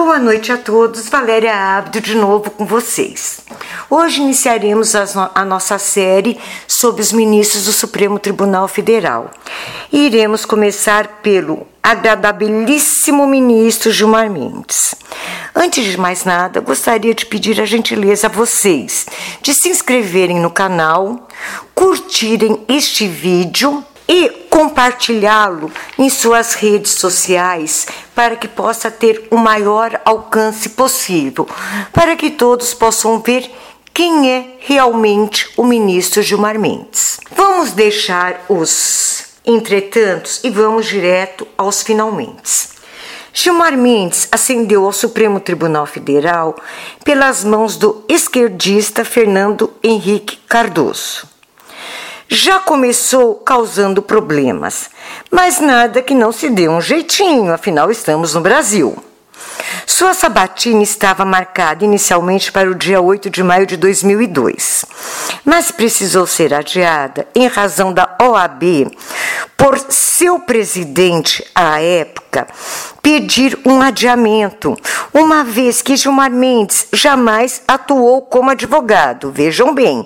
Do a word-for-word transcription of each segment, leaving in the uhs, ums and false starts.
Boa noite a todos, Valéria Abdo de novo com vocês. Hoje iniciaremos a nossa série sobre os ministros do Supremo Tribunal Federal. E iremos começar pelo agradabilíssimo ministro Gilmar Mendes. Antes de mais nada, gostaria de pedir a gentileza a vocês de se inscreverem no canal, curtirem este vídeo e compartilhá-lo em suas redes sociais para que possa ter o maior alcance possível, para que todos possam ver quem é realmente o ministro Gilmar Mendes. Vamos deixar os entretantos e vamos direto aos finalmente. Gilmar Mendes ascendeu ao Supremo Tribunal Federal pelas mãos do esquerdista Fernando Henrique Cardoso. Já começou causando problemas, mas nada que não se dê um jeitinho, afinal estamos no Brasil. Sua sabatina estava marcada inicialmente para o dia oito de maio de dois mil e dois, mas precisou ser adiada em razão da O A B por seu presidente, à época, pedir um adiamento, uma vez que Gilmar Mendes jamais atuou como advogado. Vejam bem,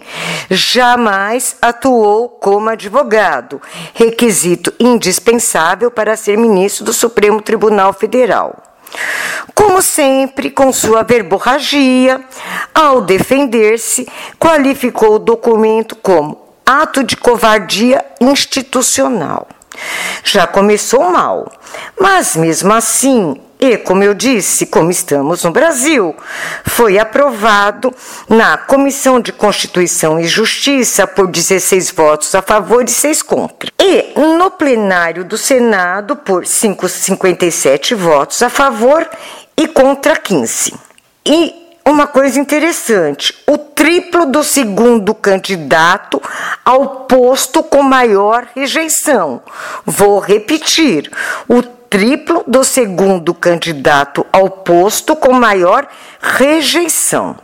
jamais atuou como advogado, requisito indispensável para ser ministro do Supremo Tribunal Federal. Como sempre, com sua verborragia, ao defender-se, qualificou o documento como ato de covardia institucional. Já começou mal, mas mesmo assim, e como eu disse, como estamos no Brasil, foi aprovado na Comissão de Constituição e Justiça por dezesseis votos a favor e seis contra. E no plenário do Senado por cinquenta e sete votos a favor e contra quinze. E uma coisa interessante, o triplo do segundo candidato ao posto com maior rejeição. Vou repetir, o triplo do segundo candidato ao posto com maior rejeição.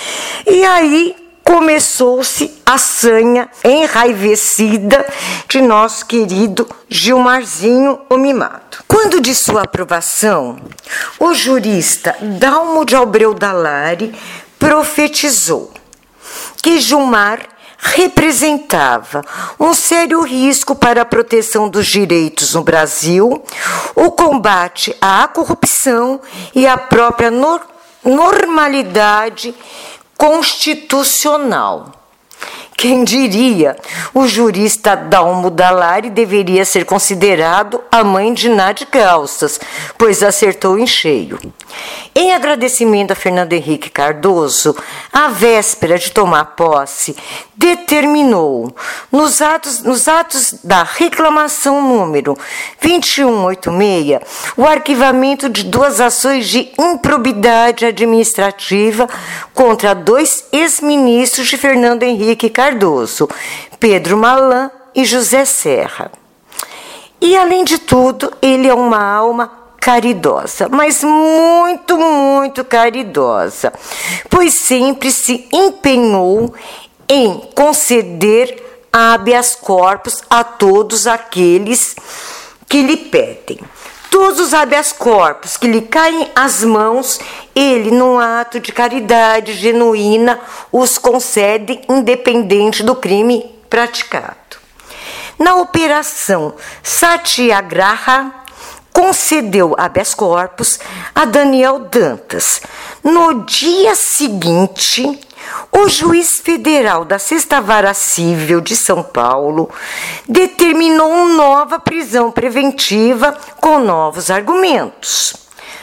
E aí começou-se a sanha enraivecida de nosso querido Gilmarzinho, o mimado. Quando de sua aprovação, o jurista Dalmo de Abreu Dallari profetizou que Gilmar representava um sério risco para a proteção dos direitos no Brasil, o combate à corrupção e à própria nor- normalidade constitucional. Quem diria, o jurista Dalmo Dallari deveria ser considerado a mãe de Ná de Calças, pois acertou em cheio. Em agradecimento a Fernando Henrique Cardoso, à véspera de tomar posse, determinou, nos atos, nos atos da reclamação número vinte e um oitenta e seis, o arquivamento de duas ações de improbidade administrativa contra dois ex-ministros de Fernando Henrique Cardoso, Pedro Malan e José Serra. E, além de tudo, ele é uma alma caridosa, mas muito, muito caridosa, pois sempre se empenhou em conceder habeas corpus a todos aqueles que lhe pedem. Todos os habeas corpus que lhe caem às mãos, ele, num ato de caridade genuína, os concede independente do crime praticado. Na operação Satyagraha, concedeu habeas corpus a Daniel Dantas. No dia seguinte, o juiz federal da Sexta Vara Civil de São Paulo determinou nova prisão preventiva com novos argumentos.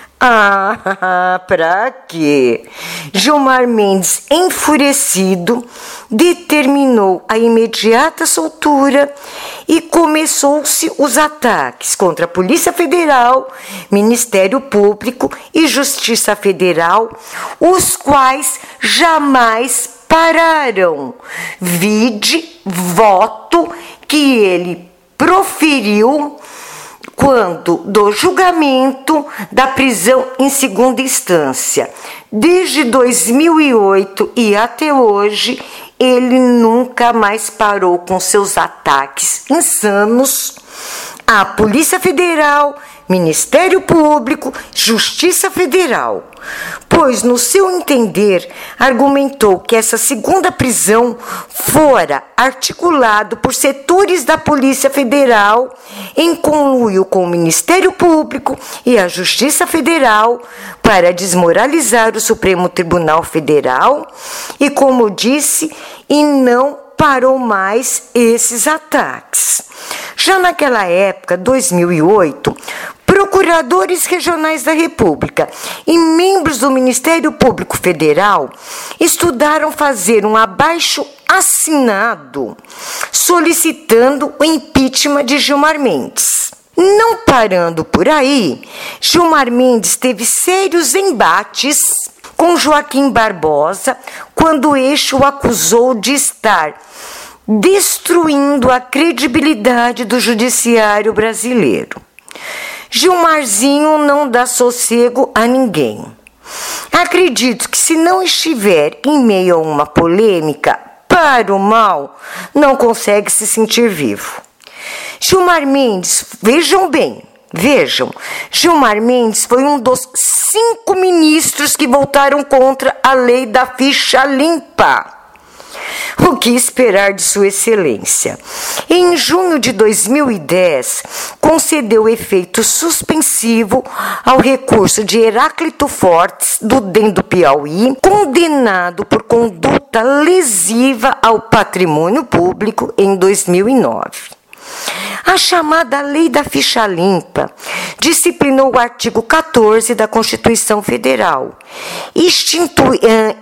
Ah, pra quê? Gilmar Mendes, enfurecido, determinou a imediata soltura e começou-se os ataques contra a Polícia Federal, Ministério Público e Justiça Federal, os quais jamais pararam. Vide voto que ele proferiu quando do julgamento da prisão em segunda instância. Desde dois mil e oito e até hoje, ele nunca mais parou com seus ataques insanos a Polícia Federal, Ministério Público, Justiça Federal, pois, no seu entender, argumentou que essa segunda prisão fora articulado por setores da Polícia Federal em conluio com o Ministério Público e a Justiça Federal para desmoralizar o Supremo Tribunal Federal e, como disse, e não parou mais esses ataques. Já naquela época, dois mil e oito, procuradores regionais da República e membros do Ministério Público Federal estudaram fazer um abaixo-assinado solicitando o impeachment de Gilmar Mendes. Não parando por aí, Gilmar Mendes teve sérios embates com Joaquim Barbosa quando este o acusou de estar destruindo a credibilidade do judiciário brasileiro. Gilmarzinho não dá sossego a ninguém. Acredito que se não estiver em meio a uma polêmica para o mal, não consegue se sentir vivo. Gilmar Mendes, vejam bem, vejam, Gilmar Mendes foi um dos cinco ministros que votaram contra a lei da ficha limpa. O que esperar de Sua Excelência? Em junho de dois mil e dez, concedeu efeito suspensivo ao recurso de Heráclito Fortes, do D E M do Piauí, condenado por conduta lesiva ao patrimônio público em dois mil e nove. A chamada Lei da Ficha Limpa disciplinou o artigo quatorze da Constituição Federal, institui,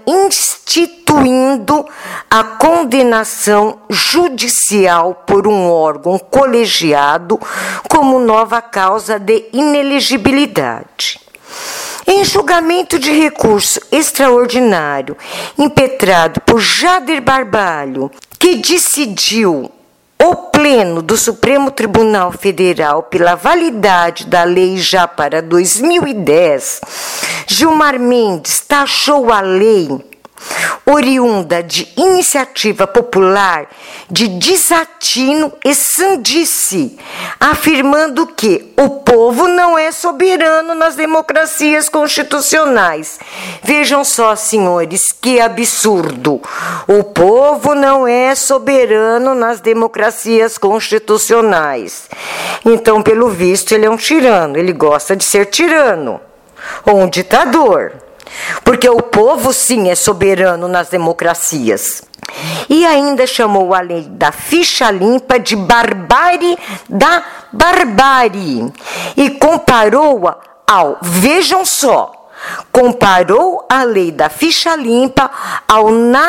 instituindo a condenação judicial por um órgão colegiado como nova causa de inelegibilidade. Em julgamento de recurso extraordinário impetrado por Jader Barbalho, que decidiu o Pleno do Supremo Tribunal Federal pela validade da lei já para dois mil e dez, Gilmar Mendes taxou a lei oriunda de iniciativa popular de desatino e sandice, afirmando que o povo não é soberano nas democracias constitucionais. Vejam só, senhores, que absurdo. O povo não é soberano nas democracias constitucionais. Então, pelo visto, ele é um tirano, ele gosta de ser tirano, ou um ditador. Porque o povo, sim, é soberano nas democracias. E ainda chamou a lei da ficha limpa de barbárie da barbárie. E comparou-a ao, vejam só, comparou a lei da ficha limpa ao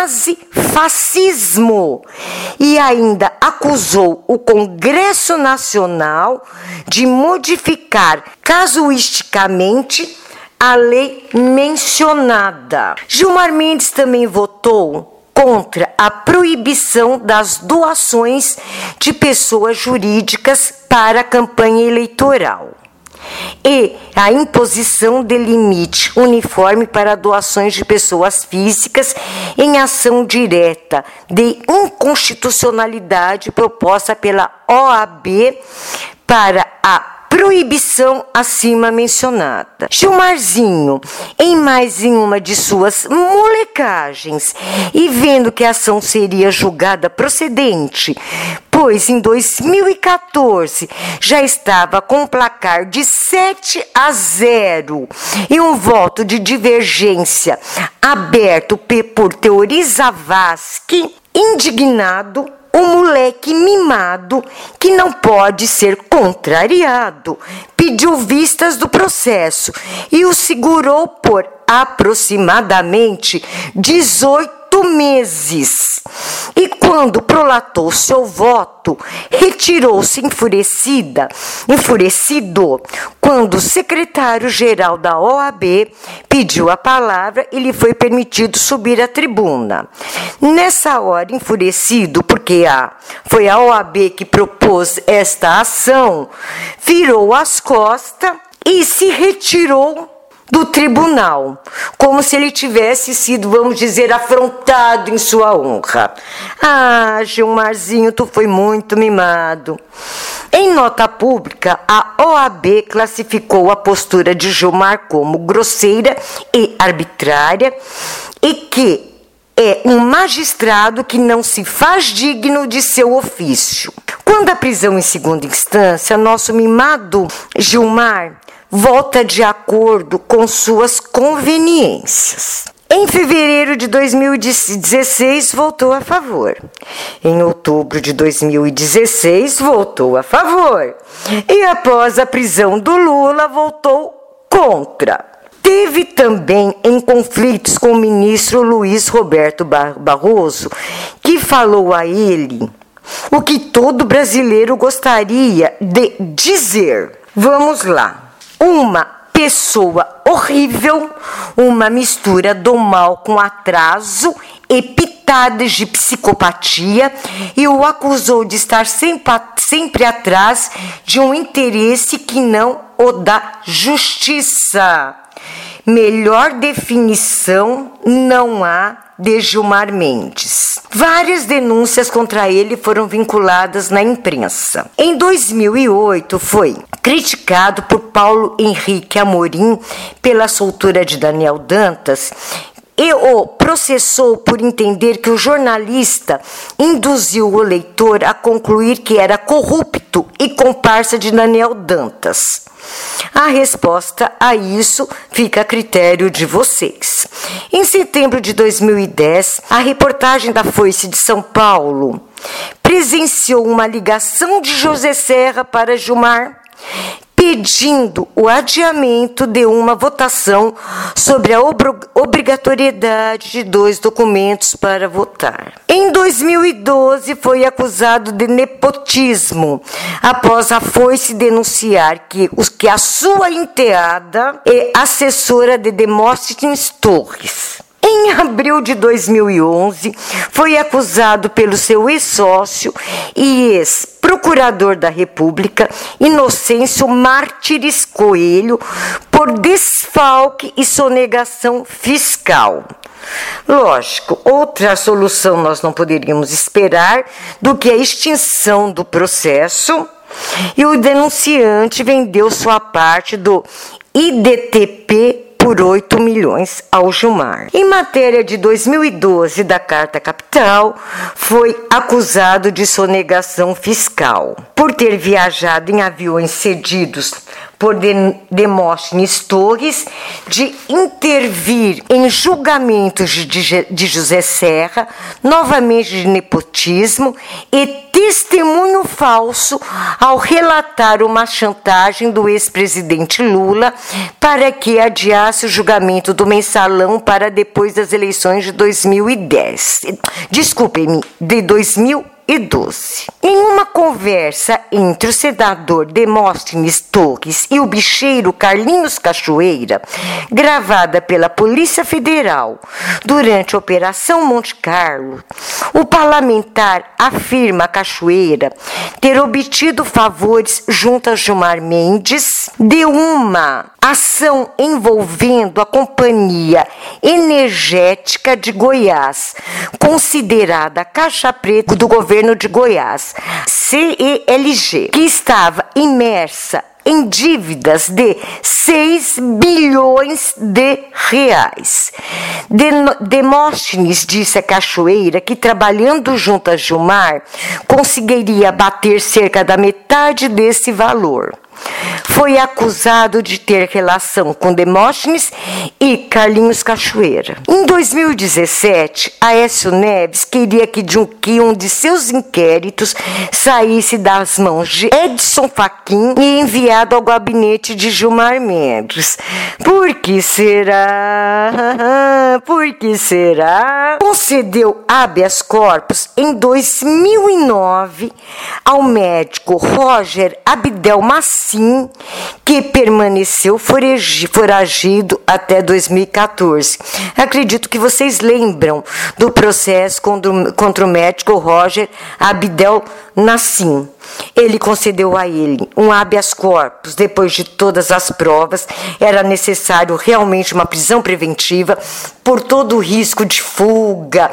nazifascismo. E ainda acusou o Congresso Nacional de modificar casuisticamente a lei mencionada. Gilmar Mendes também votou contra a proibição das doações de pessoas jurídicas para a campanha eleitoral e a imposição de limite uniforme para doações de pessoas físicas em ação direta de inconstitucionalidade proposta pela O A B para a proibição acima mencionada. Gilmarzinho, em mais em uma de suas molecagens, e vendo que a ação seria julgada procedente, pois em dois mil e quatorze já estava com um placar de sete a zero e um voto de divergência aberto por Teori Zavascki, indignado, um moleque mimado que não pode ser contrariado, pediu vistas do processo e o segurou por aproximadamente dezoito meses. E quando prolatou seu voto, retirou-se enfurecida, enfurecido, quando o secretário-geral da O A B pediu a palavra e lhe foi permitido subir à tribuna. Nessa hora, enfurecido, porque a, foi a O A B que propôs esta ação, virou as costas e se retirou do tribunal, como se ele tivesse sido, vamos dizer, afrontado em sua honra. Ah, Gilmarzinho, tu foi muito mimado. Em nota pública, a O A B classificou a postura de Gilmar como grosseira e arbitrária e que é um magistrado que não se faz digno de seu ofício. Quando a prisão em segunda instância, nosso mimado Gilmar volta de acordo com suas conveniências. Em fevereiro de dois mil e dezesseis, voltou a favor. Em outubro de dois mil e dezesseis, voltou a favor. E após a prisão do Lula, voltou contra. Teve também em conflitos com o ministro Luiz Roberto Barroso, que falou a ele o que todo brasileiro gostaria de dizer. Vamos lá. Uma pessoa horrível, uma mistura do mal com atraso e pitadas de psicopatia, e o acusou de estar sempre, sempre atrás de um interesse que não o da justiça. Melhor definição não há de Gilmar Mendes. Várias denúncias contra ele foram vinculadas na imprensa. Em dois mil e oito, foi criticado por Paulo Henrique Amorim pela soltura de Daniel Dantas e o processou por entender que o jornalista induziu o leitor a concluir que era corrupto e comparsa de Daniel Dantas. A resposta a isso fica a critério de vocês. Em setembro de dois mil e dez, a reportagem da Foice de São Paulo presenciou uma ligação de José Serra para Gilmar, pedindo o adiamento de uma votação sobre a obrigatoriedade de dois documentos para votar. Em dois mil e doze, foi acusado de nepotismo, após a Foice denunciar que, que a sua enteada é assessora de Demóstenes Torres. Em abril de dois mil e onze, foi acusado pelo seu ex-sócio e ex-procurador da República, Inocêncio Mártires Coelho, por desfalque e sonegação fiscal. Lógico, outra solução nós não poderíamos esperar do que a extinção do processo, e o denunciante vendeu sua parte do I D T P por oito milhões ao Gilmar. Em matéria de dois mil e doze da Carta Capital, foi acusado de sonegação fiscal por ter viajado em aviões cedidos por Demóstenes Torres, de intervir em julgamentos de José Serra, novamente de nepotismo, e testemunho falso ao relatar uma chantagem do ex-presidente Lula para que adiasse o julgamento do mensalão para depois das eleições de dois mil e dez. Desculpem-me, de dois mil e doze. Em uma conversa entre o senador Demóstenes Torres e o bicheiro Carlinhos Cachoeira, gravada pela Polícia Federal durante a Operação Monte Carlo, o parlamentar afirma a Cachoeira ter obtido favores junto a Gilmar Mendes de uma ação envolvendo a Companhia Energética de Goiás, considerada a caixa preta do governo de Goiás, C E L G, que estava imersa em dívidas de seis bilhões de reais. Demóstenes disse a Cachoeira que, trabalhando junto a Gilmar, conseguiria abater cerca da metade desse valor. Foi acusado de ter relação com Demóstenes e Carlinhos Cachoeira. Em dois mil e dezessete, Aécio Neves queria que, de um, que um de seus inquéritos saísse das mãos de Edson Fachin e enviado ao gabinete de Gilmar Mendes. Por que será? Por que será? Concedeu habeas corpus em dois mil e nove ao médico Roger Abdel Massim, que permaneceu foragido até dois mil e quatorze. Acredito que vocês lembram do processo contra o médico Roger Abdel Massim. Ele concedeu a ele um habeas corpus. Depois de todas as provas, era necessário realmente uma prisão preventiva por todo o risco de fuga,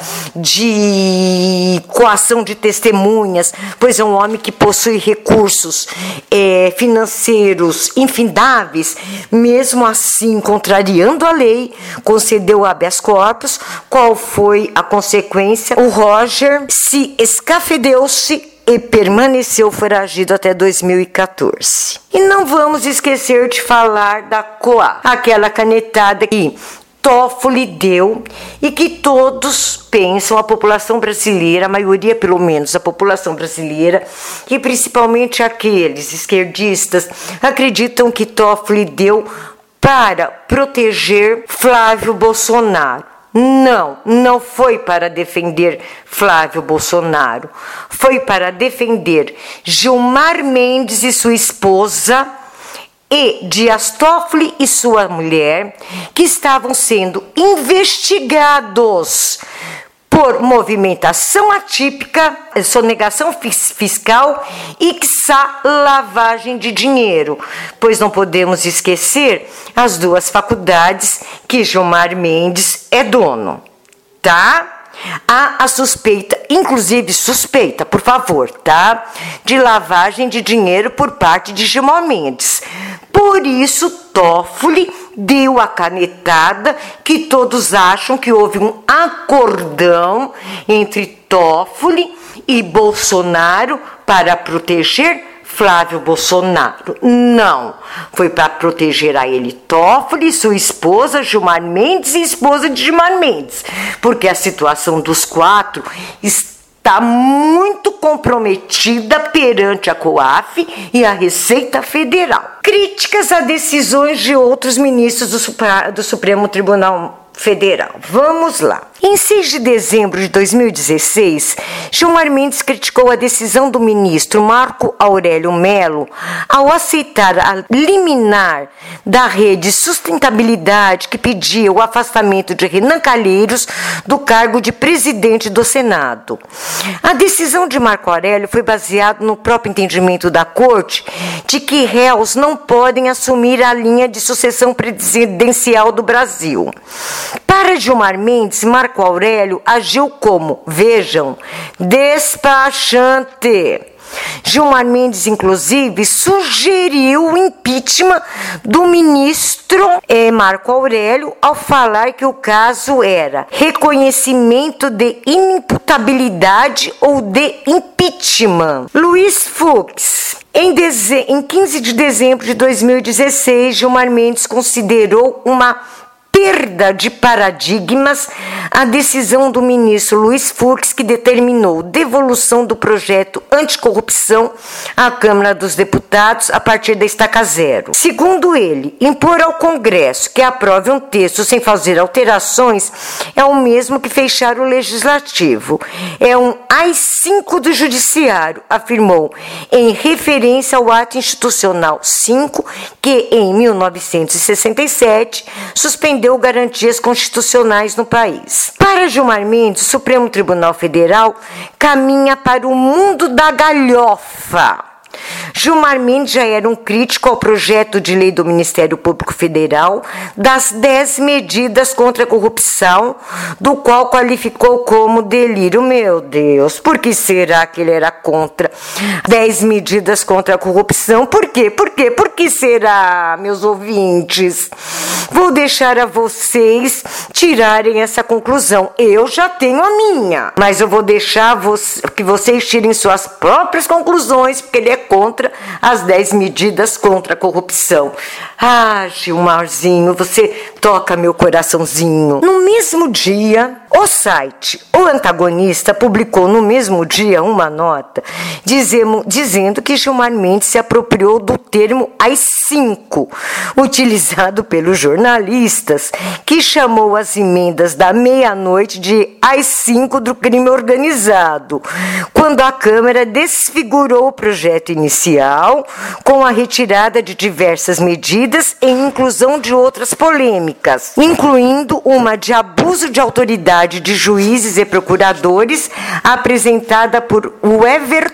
de coação de testemunhas, pois é um homem que possui recursos é, financeiros infindáveis. Mesmo assim, contrariando a lei, concedeu habeas corpus. Qual foi a consequência? O Roger se escafedeu-se e permaneceu foragido até dois mil e quatorze. E não vamos esquecer de falar da C O A, aquela canetada que Toffoli deu e que todos pensam, a população brasileira, a maioria pelo menos, a população brasileira, e principalmente aqueles esquerdistas, acreditam que Toffoli deu para proteger Flávio Bolsonaro. Não, não foi para defender Flávio Bolsonaro, foi para defender Gilmar Mendes e sua esposa e Dias Toffoli e sua mulher, que estavam sendo investigados por movimentação atípica, sonegação fiscal e, quiçá, lavagem de dinheiro, pois não podemos esquecer as duas faculdades que Gilmar Mendes é dono, tá? Há a suspeita, inclusive suspeita, por favor, tá? De lavagem de dinheiro por parte de Gilmar Mendes. Por isso, Toffoli deu a canetada que todos acham que houve um acordão entre Toffoli e Bolsonaro para proteger Flávio Bolsonaro. Não, foi para proteger a ele Toffoli, sua esposa Gilmar Mendes e esposa de Gilmar Mendes, porque a situação dos quatro está muito comprometida perante a COAF e a Receita Federal. Críticas a decisões de outros ministros do, Supra- do Supremo Tribunal Federal. Vamos lá. Em seis de dezembro de dois mil e dezesseis, Gilmar Mendes criticou a decisão do ministro Marco Aurélio Mello ao aceitar a liminar da Rede Sustentabilidade que pedia o afastamento de Renan Calheiros do cargo de presidente do Senado. A decisão de Marco Aurélio foi baseada no próprio entendimento da Corte de que réus não podem assumir a linha de sucessão presidencial do Brasil. Para Gilmar Mendes, Marco Aurélio agiu como, vejam, despachante. Gilmar Mendes, inclusive, sugeriu o impeachment do ministro eh, Marco Aurélio ao falar que o caso era reconhecimento de inimputabilidade ou de impeachment. Luiz Fux. Em, deze- em quinze de dezembro de dois mil e dezesseis, Gilmar Mendes considerou uma perda de paradigmas a decisão do ministro Luiz Fux, que determinou devolução do projeto anticorrupção à Câmara dos Deputados a partir da estaca zero. Segundo ele, impor ao Congresso que aprove um texto sem fazer alterações é o mesmo que fechar o Legislativo. É um A I cinco do Judiciário, afirmou, em referência ao ato institucional cinco, que em mil novecentos e sessenta e sete suspendeu garantias constitucionais no país. Para Gilmar Mendes, o Supremo Tribunal Federal caminha para o mundo da galhofa. Gilmar Mendes já era um crítico ao projeto de lei do Ministério Público Federal das dez medidas contra a corrupção, do qual qualificou como delírio. Meu Deus, por que será que ele era contra dez medidas contra a corrupção? Por quê? Por quê? Por que será, meus ouvintes? Vou deixar a vocês tirarem essa conclusão. Eu já tenho a minha, mas eu vou deixar que vocês tirem suas próprias conclusões, porque ele é contra as dez medidas contra a corrupção. Ah, Gilmarzinho, você toca meu coraçãozinho. No mesmo dia, o site O Antagonista publicou no mesmo dia uma nota dizendo, dizendo que Gilmar Mendes se apropriou do termo A I cinco, utilizado pelos jornalistas, que chamou as emendas da meia-noite de A I cinco do crime organizado, quando a Câmara desfigurou o projeto inicial com a retirada de diversas medidas e inclusão de outras polêmicas, incluindo uma de abuso de autoridade de juízes e procuradores, apresentada por Everton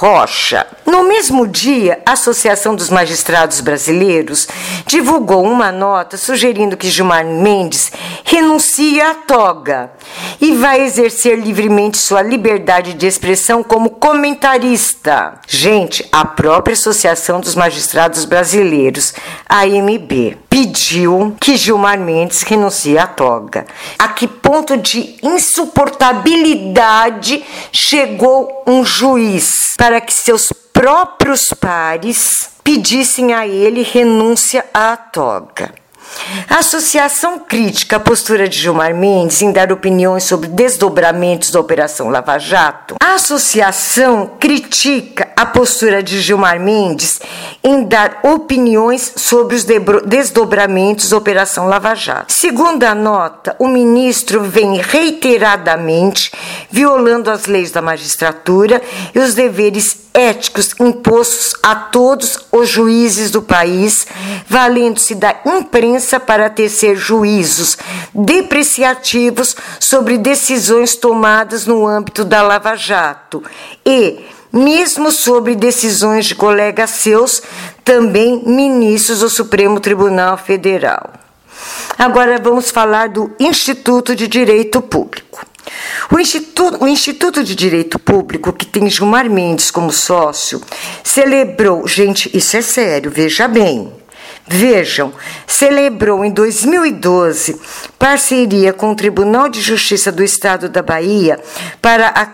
Rocha. No mesmo dia, a Associação dos Magistrados Brasileiros divulgou uma nota sugerindo que Gilmar Mendes renuncie à toga e vai exercer livremente sua liberdade de expressão como comentarista. Gente, a própria Associação dos Magistrados Brasileiros, a A M B, pediu que Gilmar Mendes renuncie à toga. A que ponto de insuportabilidade chegou um juiz para que seus próprios pares pedissem a ele renúncia à toga? A associação critica a postura de Gilmar Mendes em dar opiniões sobre desdobramentos da Operação Lava Jato. A associação critica a postura de Gilmar Mendes em dar opiniões sobre os desdobramentos da Operação Lava Jato. Segundo a nota, o ministro vem reiteradamente violando as leis da magistratura e os deveres éticos impostos a todos os juízes do país, valendo-se da imprensa para tecer juízos depreciativos sobre decisões tomadas no âmbito da Lava Jato e, mesmo sobre decisões de colegas seus, também ministros do Supremo Tribunal Federal. Agora vamos falar do Instituto de Direito Público. O Instituto, o Instituto de Direito Público, que tem Gilmar Mendes como sócio, celebrou, gente, isso é sério, veja bem, vejam, celebrou em dois mil e doze parceria com o Tribunal de Justiça do Estado da Bahia para a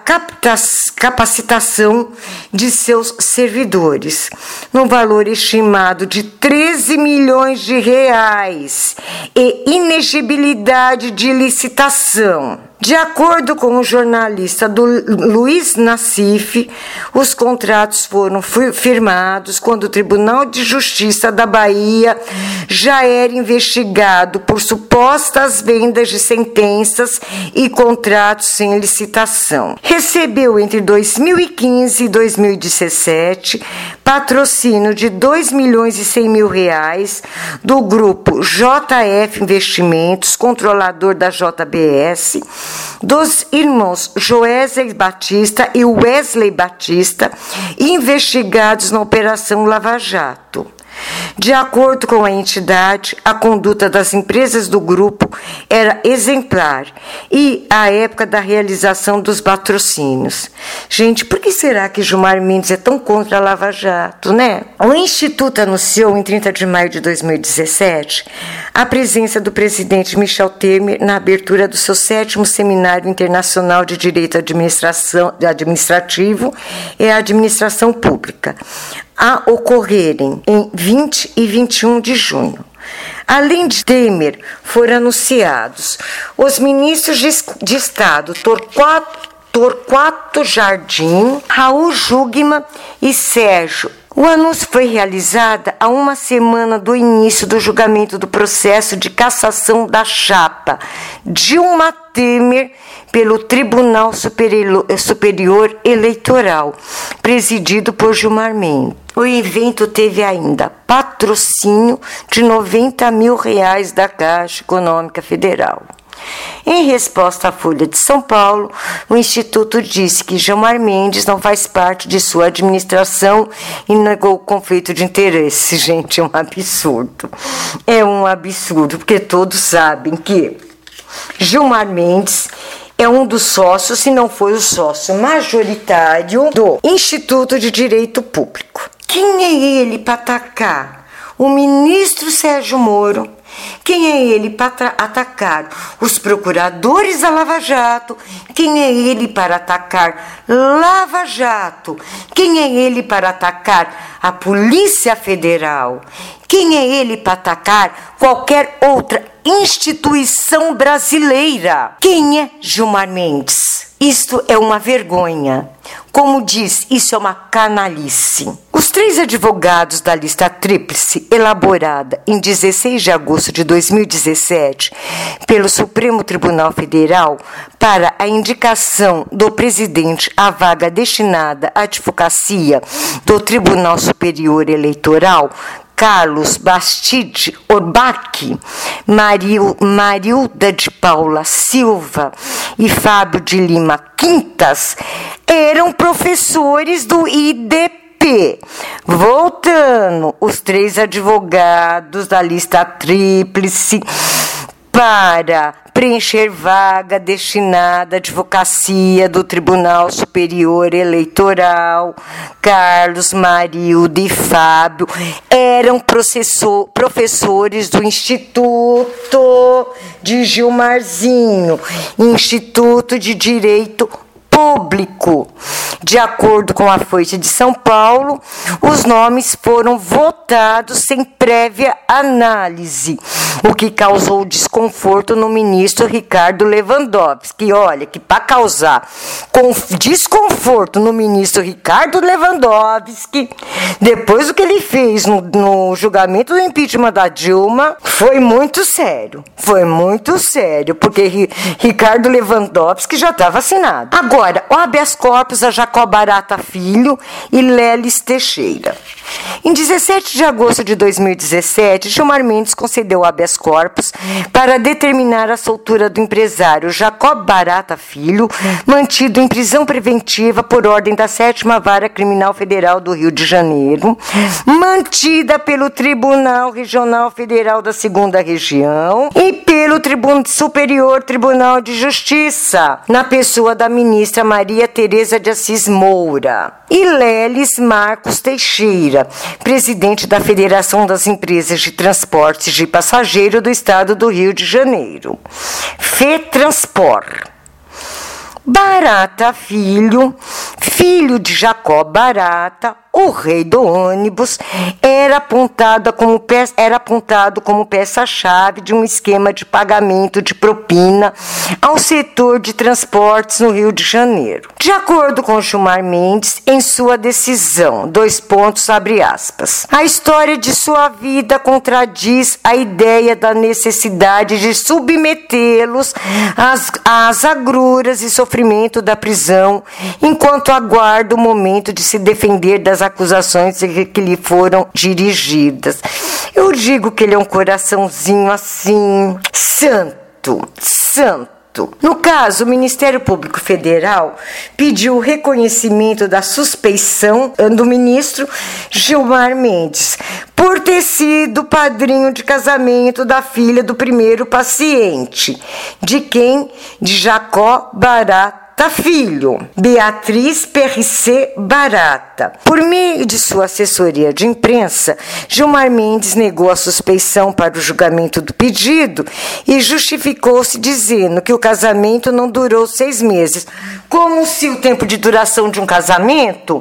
capacitação de seus servidores, no valor estimado de treze milhões de reais e inexigibilidade de licitação. De acordo com o jornalista do Luiz Nassif, os contratos foram firmados quando o Tribunal de Justiça da Bahia já era investigado por supostas vendas de sentenças e contratos sem licitação. Recebeu entre dois mil e quinze e dois mil e dezessete patrocínio de dois milhões e cem mil reais do grupo J F Investimentos, controlador da J B S, dos irmãos Joesley Batista e Wesley Batista, investigados na Operação Lava Jato. De acordo com a entidade, a conduta das empresas do grupo era exemplar e à época da realização dos patrocínios. Gente, por que será que Gilmar Mendes é tão contra a Lava Jato, né? O Instituto anunciou em trinta de maio de dois mil e dezessete a presença do presidente Michel Temer na abertura do seu sétimo Seminário Internacional de Direito Administração, Administrativo e Administração Pública, a ocorrerem em vinte e vinte e um de junho. Além de Temer, foram anunciados os ministros de, de Estado Torquato, Torquato Jardim, Raul Jungmann e Sérgio. O anúncio foi realizado a uma semana do início do julgamento do processo de cassação da chapa Dilma Temer pelo Tribunal Superior Eleitoral, presidido por Gilmar Mendes. O evento teve ainda patrocínio de noventa mil reais da Caixa Econômica Federal. Em resposta à Folha de São Paulo, o Instituto disse que Gilmar Mendes não faz parte de sua administração e negou o conflito de interesse. Gente, é um absurdo. É um absurdo, porque todos sabem que Gilmar Mendes é um dos sócios, se não foi o sócio majoritário do Instituto de Direito Público. Quem é ele para atacar o ministro Sérgio Moro? Quem é ele para atacar os procuradores da Lava Jato? Quem é ele para atacar Lava Jato? Quem é ele para atacar a Polícia Federal? Quem é ele para atacar qualquer outra instituição brasileira? Quem é Gilmar Mendes? Isto é uma vergonha. Como diz, isso é uma canalice. Os três advogados da lista tríplice, elaborada em dezesseis de agosto de dois mil e dezessete pelo Supremo Tribunal Federal para a indicação do presidente à vaga destinada à advocacia do Tribunal Superior Eleitoral, Carlos Bastide Orbach, Maril, Marilda de Paula Silva e Fábio de Lima Quintas eram professores do I D P. Voltando, os três advogados da lista tríplice para preencher vaga destinada à advocacia do Tribunal Superior Eleitoral, Carlos, Marilda e Fábio eram professores do Instituto de Gilmarzinho, Instituto de Direito Público. De acordo com a Folha de São Paulo, os nomes foram votados sem prévia análise, o que causou desconforto no ministro Ricardo Lewandowski. Olha, que para causar desconforto no ministro Ricardo Lewandowski, depois do que ele fez no, no julgamento do impeachment da Dilma, foi muito sério. Foi muito sério, porque Ricardo Lewandowski já está vacinado. Agora, o habeas corpus a Jacó Barata Filho e Lelis Teixeira. Em dezessete de agosto de dois mil e dezessete, Gilmar Mendes concedeu habeas corpus para determinar a soltura do empresário Jacó Barata Filho, mantido em prisão preventiva por ordem da sétima Vara Criminal Federal do Rio de Janeiro, mantida pelo Tribunal Regional Federal da segunda Região e pelo Tribunal Superior Tribunal de Justiça, na pessoa da ministra Maria Tereza de Assis Moura, e Lelis Marcos Teixeira, presidente da Federação das Empresas de Transportes de Passageiro do Estado do Rio de Janeiro, FETranspor. Barata Filho, filho de Jacó Barata, o rei do ônibus, era apontado como peça, era apontado como peça-chave de um esquema de pagamento de propina ao setor de transportes no Rio de Janeiro. De acordo com Gilmar Mendes, em sua decisão, dois pontos, abre aspas, a história de sua vida contradiz a ideia da necessidade de submetê-los às, às agruras e sofrimento da prisão, enquanto aguarda o momento de se defender das acusações que lhe foram dirigidas. Eu digo que ele é um coraçãozinho assim, santo, santo. No caso, o Ministério Público Federal pediu o reconhecimento da suspeição do ministro Gilmar Mendes por ter sido padrinho de casamento da filha do primeiro paciente, de quem? De Jacó Barata Filho, Beatriz Perricê Barata. Por meio de sua assessoria de imprensa, Gilmar Mendes negou a suspeição para o julgamento do pedido e justificou-se dizendo que o casamento não durou seis meses, como se o tempo de duração de um casamento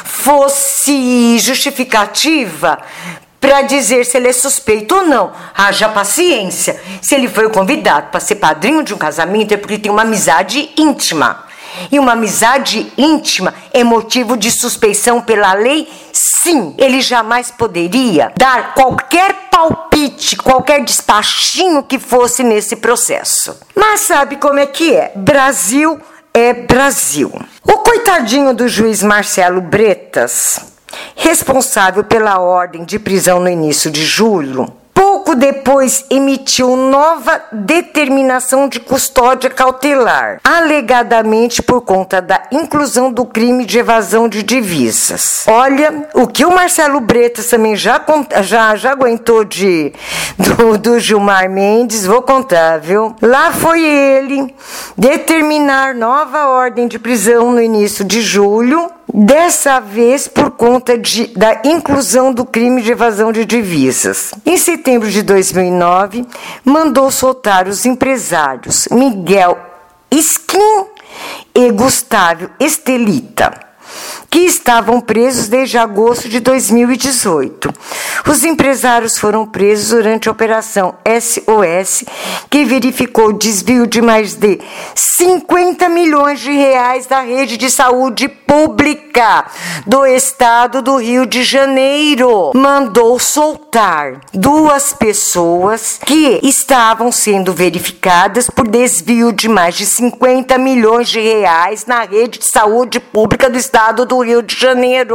fosse justificativa para dizer se ele é suspeito ou não. Haja paciência. Se ele foi convidado para ser padrinho de um casamento é porque tem uma amizade íntima. E uma amizade íntima é motivo de suspeição pela lei? Sim. Ele jamais poderia dar qualquer palpite, qualquer despachinho que fosse nesse processo. Mas sabe como é que é? Brasil é Brasil. O coitadinho do juiz Marcelo Bretas, responsável pela ordem de prisão no início de julho, pouco depois emitiu nova determinação de custódia cautelar, alegadamente por conta da inclusão do crime de evasão de divisas. Olha, o que o Marcelo Bretas também já, já, já aguentou de, do, do Gilmar Mendes, vou contar, viu? Lá foi ele determinar nova ordem de prisão no início de julho, dessa vez por conta de, da inclusão do crime de evasão de divisas. Em setembro de dois mil e nove, mandou soltar os empresários Miguel Skin e Gustavo Estelita, que estavam presos desde agosto de dois mil e dezoito. Os empresários foram presos durante a Operação S O S, que verificou o desvio de mais de cinquenta milhões de reais da rede de saúde pública do estado do Rio de Janeiro. Mandou soltar duas pessoas que estavam sendo verificadas por desvio de mais de cinquenta milhões de reais na rede de saúde pública do estado do Rio de Janeiro.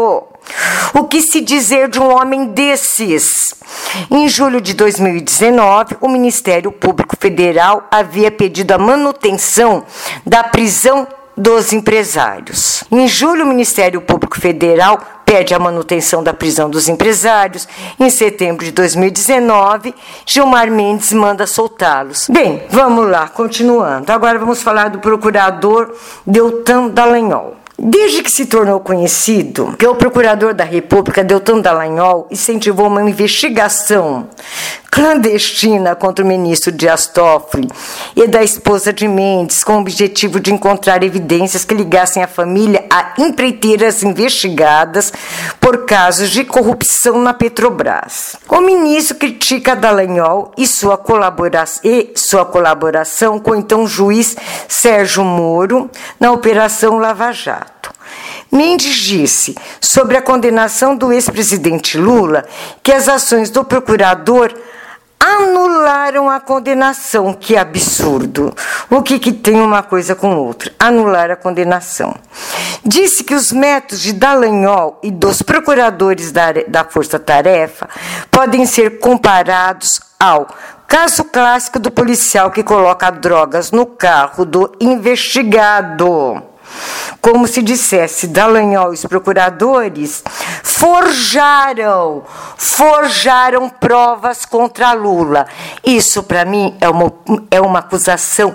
O que se dizer de um homem desses? Em julho de dois mil e dezenove, o Ministério Público Federal havia pedido a manutenção da prisão dos empresários. Em julho, o Ministério Público Federal pede a manutenção da prisão dos empresários. Em setembro de dois mil e dezenove, Gilmar Mendes manda soltá-los. Bem, vamos lá, continuando. Agora vamos falar do procurador Deltan Dallagnol. Desde que se tornou conhecido que o procurador da República, Deltan Dallagnol, incentivou uma investigação clandestina contra o ministro Dias Toffoli e da esposa de Mendes, com o objetivo de encontrar evidências que ligassem a família a empreiteiras investigadas por casos de corrupção na Petrobras. O ministro critica Dallagnol e sua, colabora- e sua colaboração com o então juiz Sérgio Moro na Operação Lava Jato. Mendes disse sobre a condenação do ex-presidente Lula que as ações do procurador anularam a condenação. Que absurdo! O que, que tem uma coisa com outra? Anular a condenação. Disse que os métodos de Dallagnol e dos procuradores da, da Força Tarefa podem ser comparados ao caso clássico do policial que coloca drogas no carro do investigado. Como se dissesse, Dallagnol e os procuradores forjaram, forjaram provas contra Lula. Isso, para mim, é uma, é uma acusação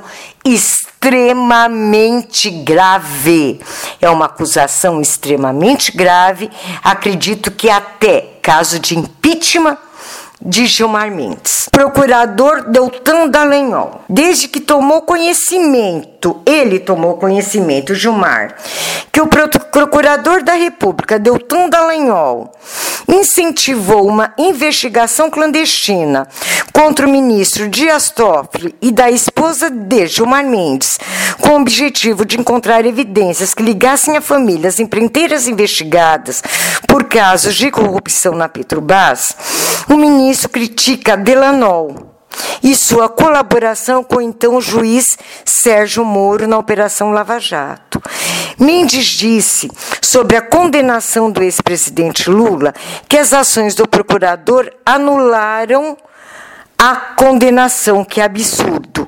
extremamente grave. É uma acusação extremamente grave. Acredito que até caso de impeachment de Gilmar Mendes. Procurador Deltan Dallagnol, desde que tomou conhecimento, ele tomou conhecimento, Gilmar, que o procurador da República, Deltan Dallagnol, incentivou uma investigação clandestina contra o ministro Dias Toffoli e da esposa de Gilmar Mendes, com o objetivo de encontrar evidências que ligassem a famílias empreiteiras investigadas por casos de corrupção na Petrobras, o ministro critica Dallagnol e sua colaboração com o então juiz Sérgio Moro na Operação Lava Jato. Mendes disse sobre a condenação do ex-presidente Lula que as ações do procurador anularam a condenação. Que absurdo!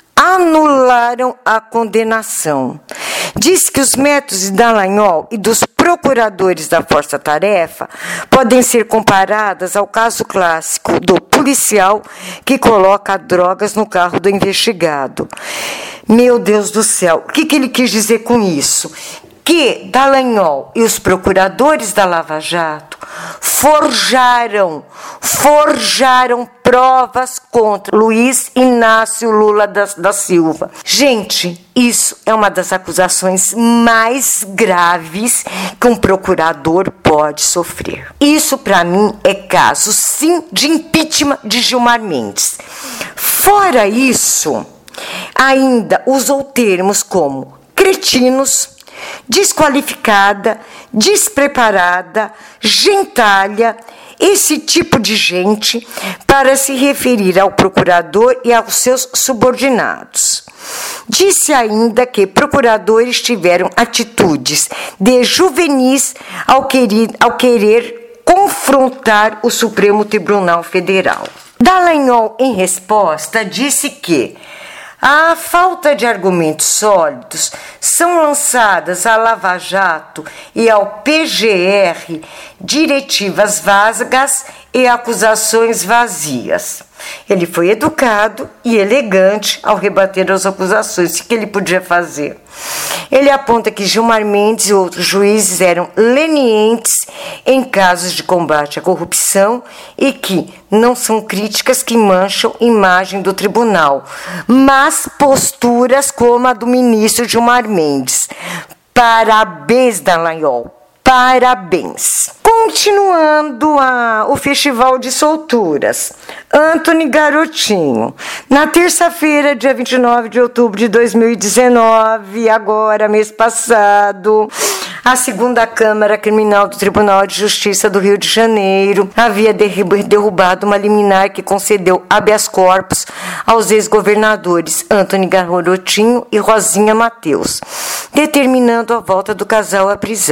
Anularam a condenação. Diz que os métodos de Dallagnol e dos procuradores da Força Tarefa podem ser comparados ao caso clássico do policial que coloca drogas no carro do investigado. Meu Deus do céu, o que, que ele quis dizer com isso? Que Dallagnol e os procuradores da Lava Jato forjaram, forjaram provas contra Luiz Inácio Lula da, da Silva. Gente, isso é uma das acusações mais graves que um procurador pode sofrer. Isso, para mim, é caso, sim, de impeachment de Gilmar Mendes. Fora isso, ainda usou termos como cretinos, desqualificada, despreparada, gentalha, esse tipo de gente, para se referir ao procurador e aos seus subordinados. Disse ainda que procuradores tiveram atitudes de juvenis ao querer, ao querer confrontar o Supremo Tribunal Federal. Dallagnol, em resposta, disse que à falta de argumentos sólidos, são lançadas à Lava Jato e ao P G R diretivas vagas e acusações vazias. Ele foi educado e elegante ao rebater as acusações. O que ele podia fazer? Ele aponta que Gilmar Mendes e outros juízes eram lenientes em casos de combate à corrupção e que não são críticas que mancham a imagem do tribunal, mas posturas como a do ministro Gilmar Mendes. Parabéns, Dallagnol. Parabéns. Continuando a, o Festival de Solturas, Antony Garotinho. Na terça-feira, dia vinte e nove de outubro de dois mil e dezenove, agora, mês passado, a segunda Câmara Criminal do Tribunal de Justiça do Rio de Janeiro havia derrubado uma liminar que concedeu habeas corpus aos ex-governadores Antony Garotinho e Rosinha Matheus, determinando a volta do casal à prisão.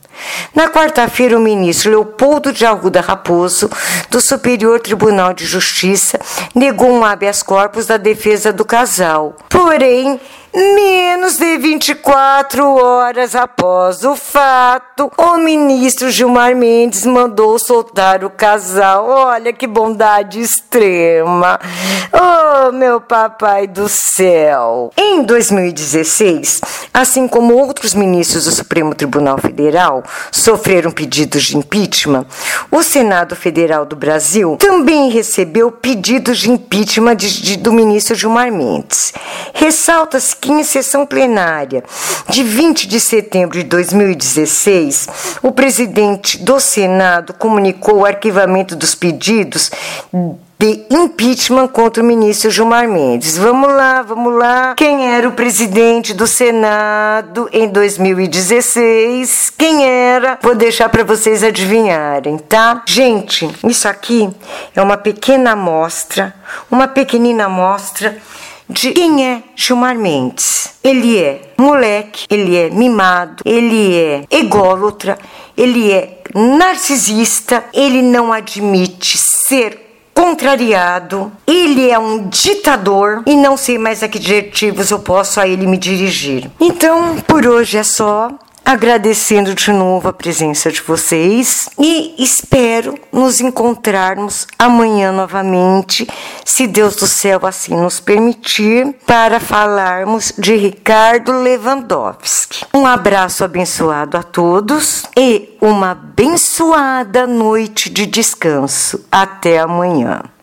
Na quarta-feira, o ministro Leopoldo de Arruda Raposo, do Superior Tribunal de Justiça, negou um habeas corpus da defesa do casal. Porém, menos de vinte e quatro horas após o fato, o ministro Gilmar Mendes mandou soltar o casal. Olha que bondade extrema. Oh, meu papai do céu. Em dois mil e dezesseis, assim como outros ministros do Supremo Tribunal Federal sofreram pedidos de impeachment, o Senado Federal do Brasil também recebeu pedidos de impeachment de, de, do ministro Gilmar Mendes. Ressalta-se que em sessão plenária de vinte de setembro de dois mil e dezesseis, o presidente do Senado comunicou o arquivamento dos pedidos de impeachment contra o ministro Gilmar Mendes. Vamos lá, vamos lá. Quem era o presidente do Senado em dois mil e dezesseis? Quem era? Vou deixar para vocês adivinharem, tá? Gente, isso aqui é uma pequena amostra, uma pequenina amostra de quem é Gilmar Mendes. Ele é moleque, ele é mimado, ele é ególatra, ele é narcisista, ele não admite ser contrariado, ele é um ditador e não sei mais a que adjetivos eu posso a ele me dirigir. Então, por hoje é só. Agradecendo de novo a presença de vocês e espero nos encontrarmos amanhã novamente, se Deus do céu assim nos permitir, para falarmos de Ricardo Lewandowski. Um abraço abençoado a todos e uma abençoada noite de descanso. Até amanhã.